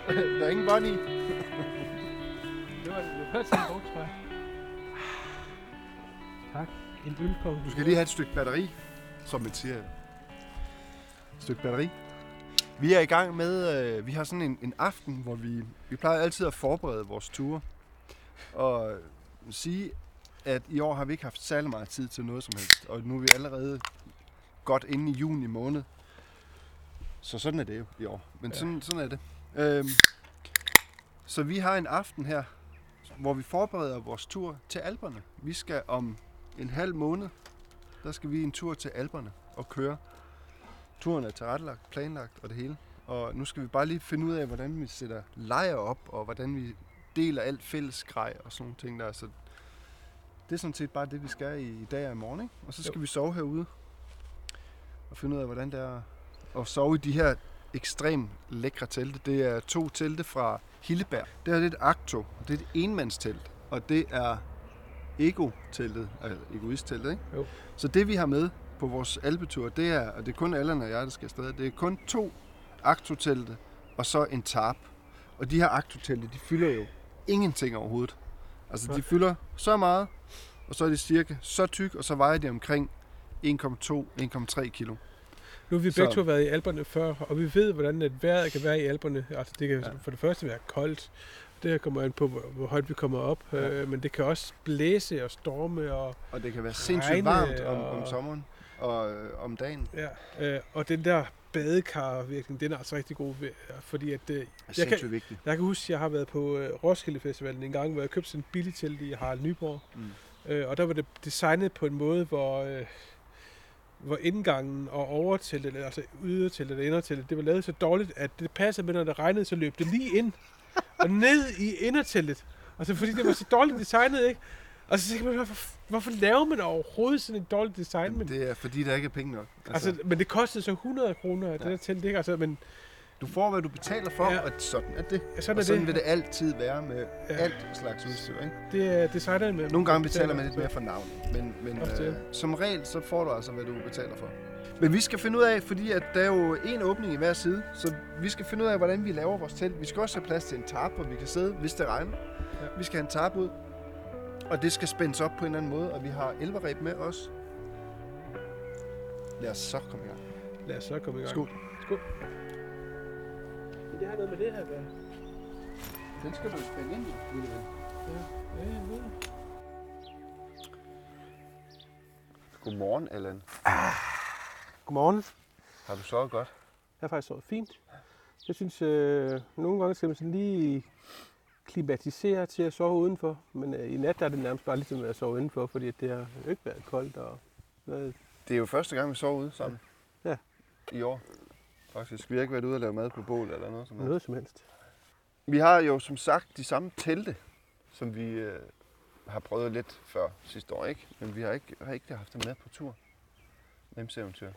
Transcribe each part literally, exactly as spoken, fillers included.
Der er ingen bånd i. Det var en pølse, tror jeg. Tak. En ølkong. Du skal lige have et stykke batteri, som man siger. Et stykke batteri. Vi er i gang med, øh, vi har sådan en, en aften, hvor vi, vi plejer altid at forberede vores ture. Og sige, at i år har vi ikke haft særlig meget tid til noget som helst. Og nu er vi allerede godt inde i juni måned. Så sådan er det jo i år. Men ja. sådan, sådan er det. Øhm, så vi har en aften her, hvor vi forbereder vores tur til Alperne. Vi skal om en halv måned, der skal vi en tur til Alperne og køre. Turen er tilrettelagt, planlagt og det hele. Og nu skal vi bare lige finde ud af, hvordan vi sætter lejre op, og hvordan vi deler alt fællesgrej og sådan nogle ting der. Så det er sådan set bare det, vi skal i, i dag og i morgen, ikke? Og så skal jo. vi sove herude og finde ud af, hvordan det er at sove i de her ekstremt lækre telte. Det er to telte fra Hilleberg. Det er et Acto, det er et enmandstelt, og det er Ego-teltet, altså egoist-teltet, ikke? Jo. Så det vi har med på vores alpetur, det er, og det er kun Allan og jeg, der skal afsted, det er kun to Acto-telte og så en tarp. Og de her Acto-telte, de fylder jo ingenting overhovedet. Altså de fylder så meget, og så er de cirka så tyk, og så vejer de omkring en komma to til en komma tre kilo. Nu har vi begge to været i Alperne før, og vi ved, hvordan et vejret kan være i Alperne. Altså det kan ja. for det første være koldt. Det her kommer an på, hvor, hvor højt vi kommer op. Ja. Øh, men det kan også blæse og storme. Og, og det kan være sindssygt varmt om, og, om sommeren og øh, om dagen. Ja, øh, og den der badekarvirkning, den er altså rigtig god. Ved, fordi at, øh, jeg, kan, vigtigt. jeg kan huske, at jeg har været på øh, Roskilde Festivalen en gang, hvor jeg købte sådan en billig telt i Harald Nyborg. Mm. Øh, og der var det designet på en måde, hvor... Øh, hvor indgangen og overteltet, altså yderteltet og inderteltet, det var lavet så dårligt, at det passede med, når det regnede, så løb det lige ind og ned i inderteltet. Altså fordi det var så dårligt designet, ikke? Og så tænker man, hvorfor, hvorfor laver man overhovedet sådan et dårligt design? Jamen, det er fordi, der ikke er penge nok. Altså, altså men det kostede så hundrede kroner, ja. det der telt, ikke? Altså, men du får, hvad du betaler for, ja. Og sådan er det. Ja, sådan og er sådan det. vil det altid være med ja. alt slags udstyr, ikke? Det er designet med. Nogle gange betaler man lidt mere for navnet, men, men øh, som regel, så får du altså, hvad du betaler for. Men vi skal finde ud af, fordi at der er jo en åbning i hver side, så vi skal finde ud af, hvordan vi laver vores telt. Vi skal også have plads til en tarp, hvor vi kan sidde, hvis det regner. Ja. Vi skal have en tarp ud, og det skal spændes op på en eller anden måde, og vi har elverreb med os. Lad os så komme i gang. Lad os så komme i gang. Skål. Skål. Det har noget med det her at gøre. Den skal du spænde ind i, lille ven. Ja, ja, ja. Godmorgen, Allan. Ah. Godmorgen. Har du sovet godt? Jeg har faktisk sovet fint. Jeg synes, øh, nogle gange skal man sådan lige klimatisere til at sove udenfor. Men øh, i nat der er det nærmest bare ligesom at sove indenfor, fordi det har ikke været koldt. Og noget. Det er jo første gang, vi sover ude sammen. Ja. I år. Faktisk. Vi har ikke været ude og lave mad på bål eller noget som helst. Noget som helst. Vi har jo som sagt de samme telte, som vi øh, har prøvet lidt før sidste år, ikke? Men vi har ikke, har ikke haft dem med på tur. Nemseventyr.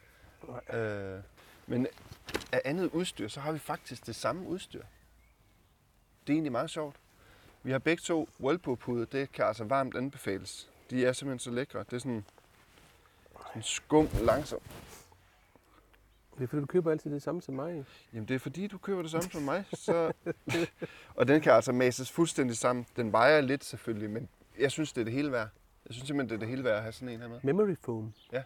Øh, men af andet udstyr, så har vi faktisk det samme udstyr. Det er egentlig meget sjovt. Vi har begge to Whirlpool-puder, det kan altså varmt anbefales. De er simpelthen så lækre. Det er sådan, sådan skum langsomt. Det er fordi, du køber altid det samme som mig. Jamen det er fordi, du køber det samme som mig. Så... og den kan altså mases fuldstændig sammen. Den vejer lidt selvfølgelig, men jeg synes, det er det hele værd. Jeg synes simpelthen, det er det hele værd at have sådan en her med. Memory foam. Ja.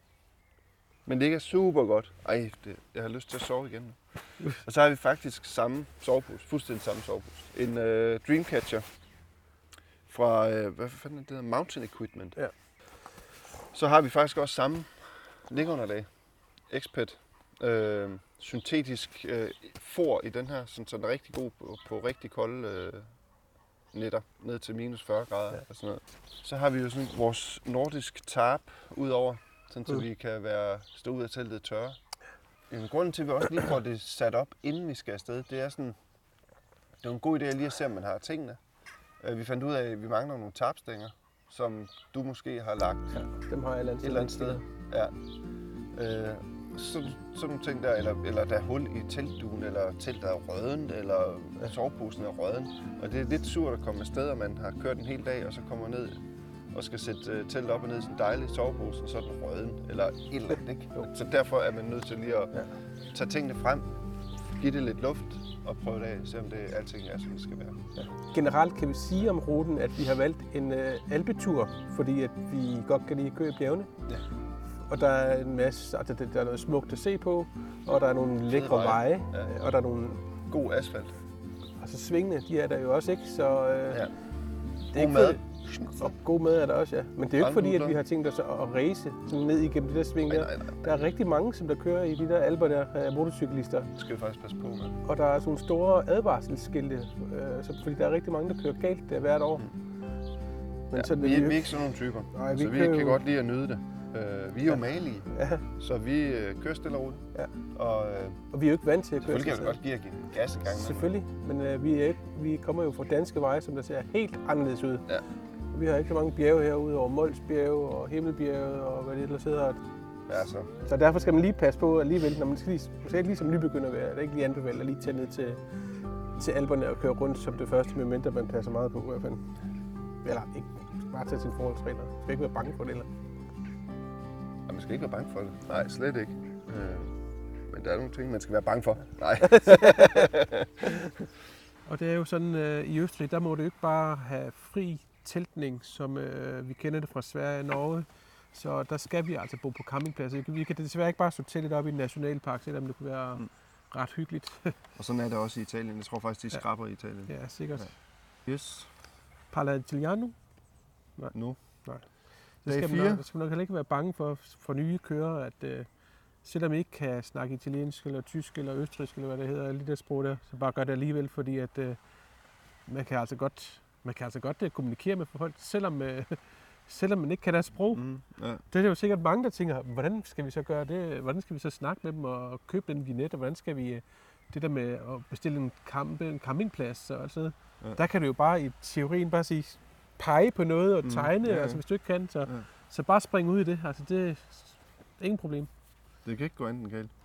Men det er super godt. Ej, det, jeg har lyst til at sove igen nu. Og så har vi faktisk samme sovepose, fuldstændig samme sovepose. En øh, Dreamcatcher fra, øh, hvad fanden er det hedder? Mountain Equipment. Ja. Så har vi faktisk også samme liggeunderlag. X-Pet. Øh, syntetisk øh, for i den her, så den er rigtig god på, på rigtig kolde øh, nætter, ned til minus fyrre grader ja. Og sådan noget. Så har vi jo sådan vores nordisk tarp udover, sådan så mm. vi kan være stå ud af teltet tørre. En grund til, at vi også lige får det sat op, inden vi skal afsted, det er sådan, det er en god idé lige at se, om man har tingene. Vi fandt ud af, at vi mangler nogle tarpstænger, som du måske har lagt ja, dem har jeg et eller andet sted. Ja. Øh, sådan, sådan nogle ting der, eller, eller der er hul i teltduen, eller teltet er rødent, eller soveposen er røden. Og det er lidt surt at komme afsted, og man har kørt en hel dag, og så kommer ned og skal sætte uh, teltet op og ned i sådan en dejlig sovepose, og så er den røden, eller et eller andet, ikke? Så derfor er man nødt til lige at ja. tage tingene frem, give det lidt luft, og prøve det af, se om det alting er, som det skal være. Ja. Generelt kan vi sige om ruten, at vi har valgt en uh, alpetur, fordi at vi godt kan lide at køre i bjergene. Ja. Og der er en masse, altså der er noget smukt at se på, og der er nogle lækre veje, ja. og der er nogle... God asfalt. Altså svingene, de er der jo også, ikke? Så uh, ja. det er god ikke mad. For, og god mad er der også, ja. Men det er jo ikke fordi, at vi har tænkt os at race sådan ned igennem de der sving der. Nej, nej, nej. Der er rigtig mange, som der kører i de der alber der, uh, motorcyklister. Det skal vi faktisk passe på med. Og der er sådan nogle store advarselsskilte, uh, så, fordi der er rigtig mange, der kører galt der hvert år. Mm. Men ja, sådan, vi, vi, vi er ikke sådan nogle typer, nej, så vi, vi kan jo... godt lide at nyde det. Uh, vi er jo ja. malige, ja. så vi uh, kører stille og roligt. Ja. Og, uh, og vi er jo ikke vant til at køre. Selvfølgelig kan vi godt give at give en gas i gang. Selvfølgelig, men uh, vi, er ikke, vi kommer jo fra danske veje, som der ser helt anderledes ud. Ja. Vi har ikke så mange bjerge herude over Molsbjerge og Himmelbjerget og hvad det ellers hedder. Ja, så. så derfor skal man lige passe på alligevel, når man skal, lige, man skal ikke lige som nybegynder være, det er ikke lige anbefale at lige tage ned til, til Alperne og køre rundt som det første, medmindre man passer meget på i hvert fald. Eller ikke, bare tage sin forholdsregler. Man skal ikke være bange for det heller. Ja, man skal ikke være bange for det. Nej, slet ikke. Øh, men der er nogle ting, man skal være bange for. Nej. Og det er jo sådan, øh, i Østrig, der må du ikke bare have fri teltning, som øh, vi kender det fra Sverige og Norge. Så der skal vi altså bo på campingpladser. Vi kan desværre ikke bare stå teltet op i en nationalpark, selvom det kunne være mm. ret hyggeligt. Og sådan er det også i Italien. Jeg tror faktisk, de skraber ja. i Italien. Ja, sikkert. Ja. Yes. Parla italiano? Nej. Nu? Nej. Det skal man, nok, skal man nok heller ikke være bange for, for nye kører, at øh, selvom I ikke kan snakke italiensk eller tysk eller østrigsk eller hvad det hedder, alle de der sprog der, så bare gør det alligevel, fordi at øh, man kan altså godt Man kan altså godt uh, kommunikere med folk, selvom, uh, selvom man ikke kan deres sprog. Mm, ja. Det er jo sikkert mange, der tænker, hvordan skal vi så gøre det? Hvordan skal vi så snakke med dem og købe den vignet? Og hvordan skal vi uh, det der med at bestille en, kamp, en campingplads og alt sådan noget? Ja. Der kan du jo bare i teorien bare sige, pege på noget og tegne, mm, ja, ja. Altså hvis du ikke kan. Så, ja. så bare spring ud i det. Altså det er ingen problem. Det kan ikke gå enten galt.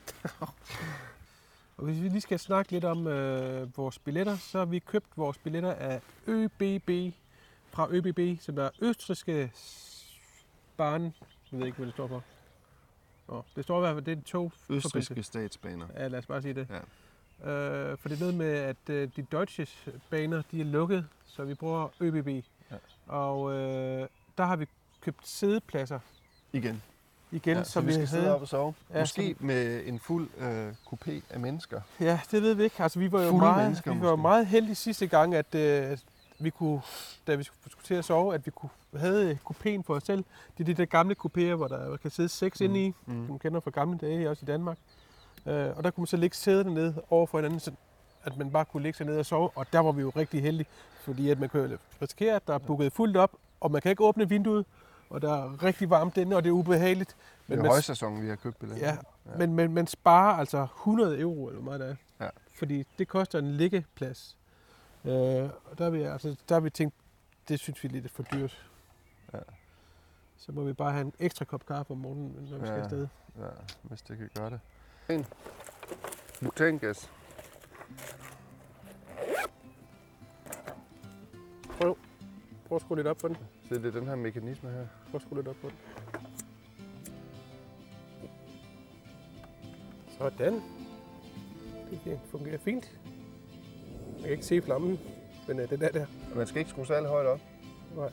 Og hvis vi lige skal snakke lidt om øh, vores billetter, så har vi købt vores billetter af ÖBB, fra ÖBB, som er østrigske barn. Jeg ved ikke, hvad det står for. Nå, det står i hvert fald, det er en tog. Østrigske statsbaner. Ja, lad os bare sige det. Ja. Øh, for det er noget med, at øh, de deutsche baner, de er lukket, så vi bruger ÖBB. Ja. Og øh, der har vi købt sædepladser. Igen. Igen, ja, så, så vi skal havde... sidde op og sove. Ja, måske som... med en fuld øh, kupé af mennesker. Ja, det ved vi ikke. Altså, vi var jo Fulde meget, vi var meget heldige sidste gang, at øh, vi kunne, da vi skulle til at sove, at vi kunne, havde kupéen for os selv. Det er de der gamle kupéer, hvor der kan sidde seks mm. inde i, mm. som man kender fra gamle dage, også i Danmark. Øh, og der kunne man så ligge sæderne ned over for hinanden, så at man bare kunne ligge sig ned og sove. Og der var vi jo rigtig heldige, fordi at man kunne risikere, at der er booket fuldt op, og man kan ikke åbne vinduet. Og der er rigtig varmt inde, og det er ubehageligt. Men det er højsæson, vi har købt billetter. Ja, ja. Men, men man sparer altså hundrede euro, eller hvad meget det er. Ja. Fordi det koster en liggeplads. Øh, og der har, vi, altså, der har vi tænkt, det synes vi er lidt for dyrt. Ja. Så må vi bare have en ekstra kop kaffe om morgenen, når vi ja. skal afsted. Ja, hvis det kan gøre det. En Mutangas. Prøv. Prøv at skrue lidt op på den. Så det er den her mekanisme her. Prøv at skrue lidt op på den. Sådan. Det fungerer fint. Jeg kan ikke se flammen, men uh, den er der. Man skal ikke skrue særlig højt op. Nej.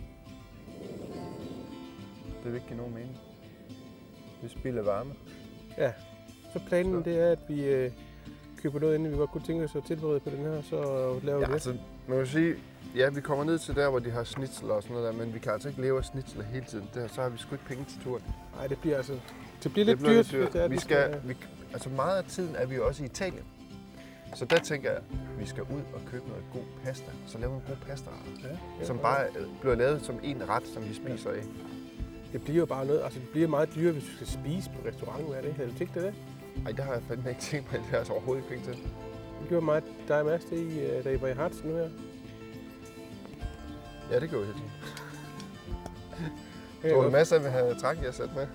Det vil ikke give nogen mening. Det spilder varme. Ja. Så planen så. Det er, at vi uh, køber noget, inden vi godt kunne tænke os at tilberede på den her, så laver vi ja, det. Altså, man kan sige, ja, vi kommer ned til der, hvor de har snitsler og sådan noget der, men vi kan altså ikke leve af snitsler hele tiden. Der, så har vi sgu ikke penge til turen. Nej, det bliver altså... Det bliver lidt det bliver dyrt. Lidt dyrt. Det er, vi skal, skal... Vi, altså meget af tiden er vi jo også i Italien. Så der tænker jeg, at vi skal ud og købe noget god pasta. Så lave en god pasta, ja, ja, som bare bliver lavet som en ret, som vi spiser ja. af. Det bliver jo bare noget, altså det bliver meget dyrere, hvis du skal spise på restaurant. Hvad er det? Har du tænkt det? Nej, det har jeg fandme ikke tænkt mig. Det har jeg altså overhovedet ikke penge til. Det gjorde meget dig og Mads det, i, da I var i Hartz nu her. Ja, det gjorde jeg helt. Jeg tror, det masser vil have træk, jeg sat med.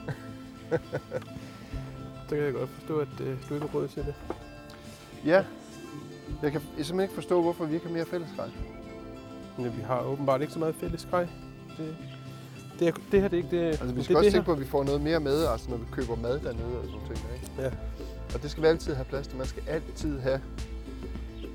Så kan jeg godt forstå, at øh, du ikke har råd til det. Ja. Jeg kan simpelthen ikke forstå, hvorfor vi ikke har mere fællesgrej. Men vi har åbenbart ikke så meget fællesgrej. Det, det, er, det her det er ikke det. Altså, vi skal det, også det tænke på, at vi får noget mere med, altså, når vi køber mad dernede og sådan ting. Ikke? Ja. Og det skal vi altid have plads til. Man skal altid have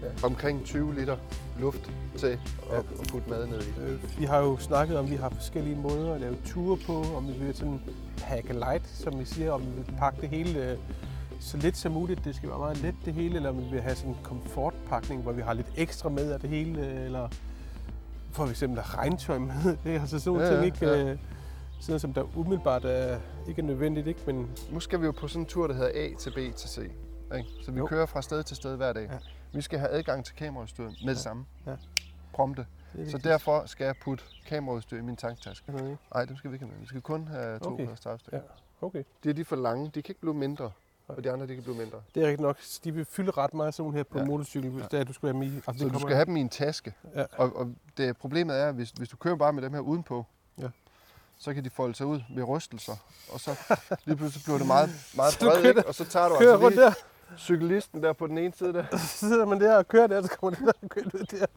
ja. omkring tyve liter luft til at, ja. at putte mad ned i. Øh, vi har jo snakket om, at vi har forskellige måder at lave ture på, om vi vil sådan pack a light, som vi siger, om vi vil pakke det hele øh, så lidt som muligt. Det skal være meget let det hele, eller om vi vil have sådan en komfortpakning, hvor vi har lidt ekstra med af det hele, eller for eksempel regntøj med. Det er altså sådan nogle ja, ting, ikke? Ja. Øh, sådan noget, som der umiddelbart er, ikke er nødvendigt, ikke? Men nu skal vi jo på sådan en tur, der hedder A til B til C. Ikke? Så vi jo. kører fra sted til sted hver dag. Ja. Vi skal have adgang til kameraudstyr med ja. det samme. Ja. Prompte. Så derfor skal jeg putte kameraudstyr i min tanktaske. Nej, okay. dem skal vi ikke have med. Vi skal kun have to okay. strafstykker. Ja. Okay. Det er de for lange. De kan ikke blive mindre, og de andre de kan blive mindre. Det er rigtigt nok. De vil fylde ret meget sådan her på ja. en motorcykel, hvis ja. det er, du skal have med. Altså, så du skal have dem i en taske. Ja. Og, og det problemet er, at hvis, hvis du kører bare med dem her udenpå, ja. så kan de folde sig ud ved rystelser, og så lige pludselig bliver det meget, meget bredt, ikke? Og så tager du altså lige der. cyklisten der på den ene side der. Så sidder man der og kører der, så kommer det der og kører ud der.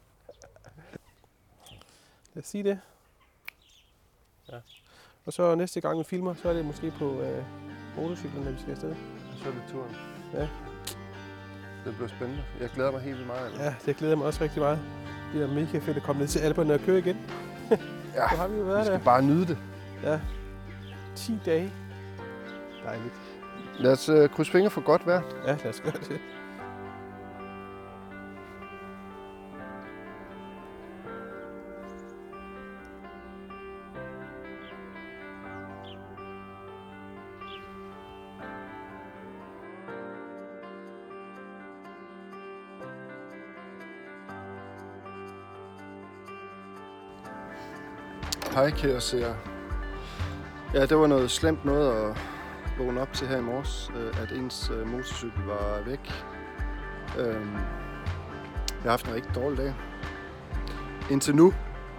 Lad os sige det. Ja. Og så næste gang vi filmer, så er det måske på øh, motorcyklen, når vi skal afsted. Og så er det turen. Ja. Det bliver spændende. Jeg glæder mig helt vildt meget. Eller? Ja, det glæder mig også rigtig meget. Det er mega fedt at komme ned til Alperne og køre igen. Ja, så har vi jo været vi skal der. bare nyde det. Ja. ti dage. Dejligt. Lad os uh, krydse fingre for godt vejr. Ja, lad os gøre det. Hej kære seere. Ja, det var noget slemt noget at vågne op til her i morges, at ens motorcykel var væk. Jeg har haft en rigtig dårlig dag. Indtil nu.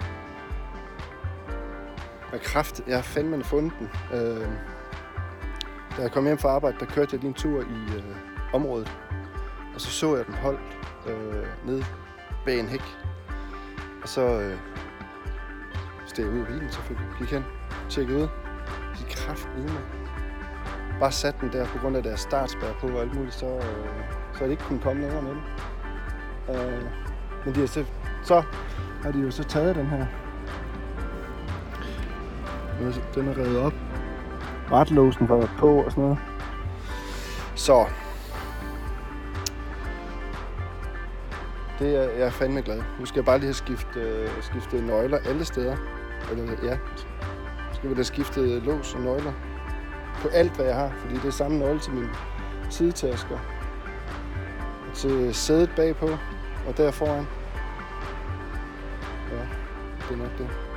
Jeg kraft, jeg har fandme fundet den. Da jeg kom hjem fra arbejde, der kørte jeg lige en tur i området. Og så så jeg den holdt nede bag en hæk. Og så steg jeg ud af bilen selvfølgelig. Gik hen, tjekkede ud. De kraftedme bare sat den der på grund af deres startspærre på og alt muligt, så, øh, så de ikke kunne komme længere med den. Øh, men de har så, så har de jo så taget den her. Den er revet op. Ratlåsen var på og sådan noget. Så det er jeg er fandme glad. Nu skal jeg bare lige have skiftet, øh, skiftet nøgler alle steder. Eller ja, skal vi da skifte lås og nøgler på alt, hvad jeg har, fordi det er samme nøgle til mine sidetasker, til sædet bagpå og der foran. Ja, det er nok det.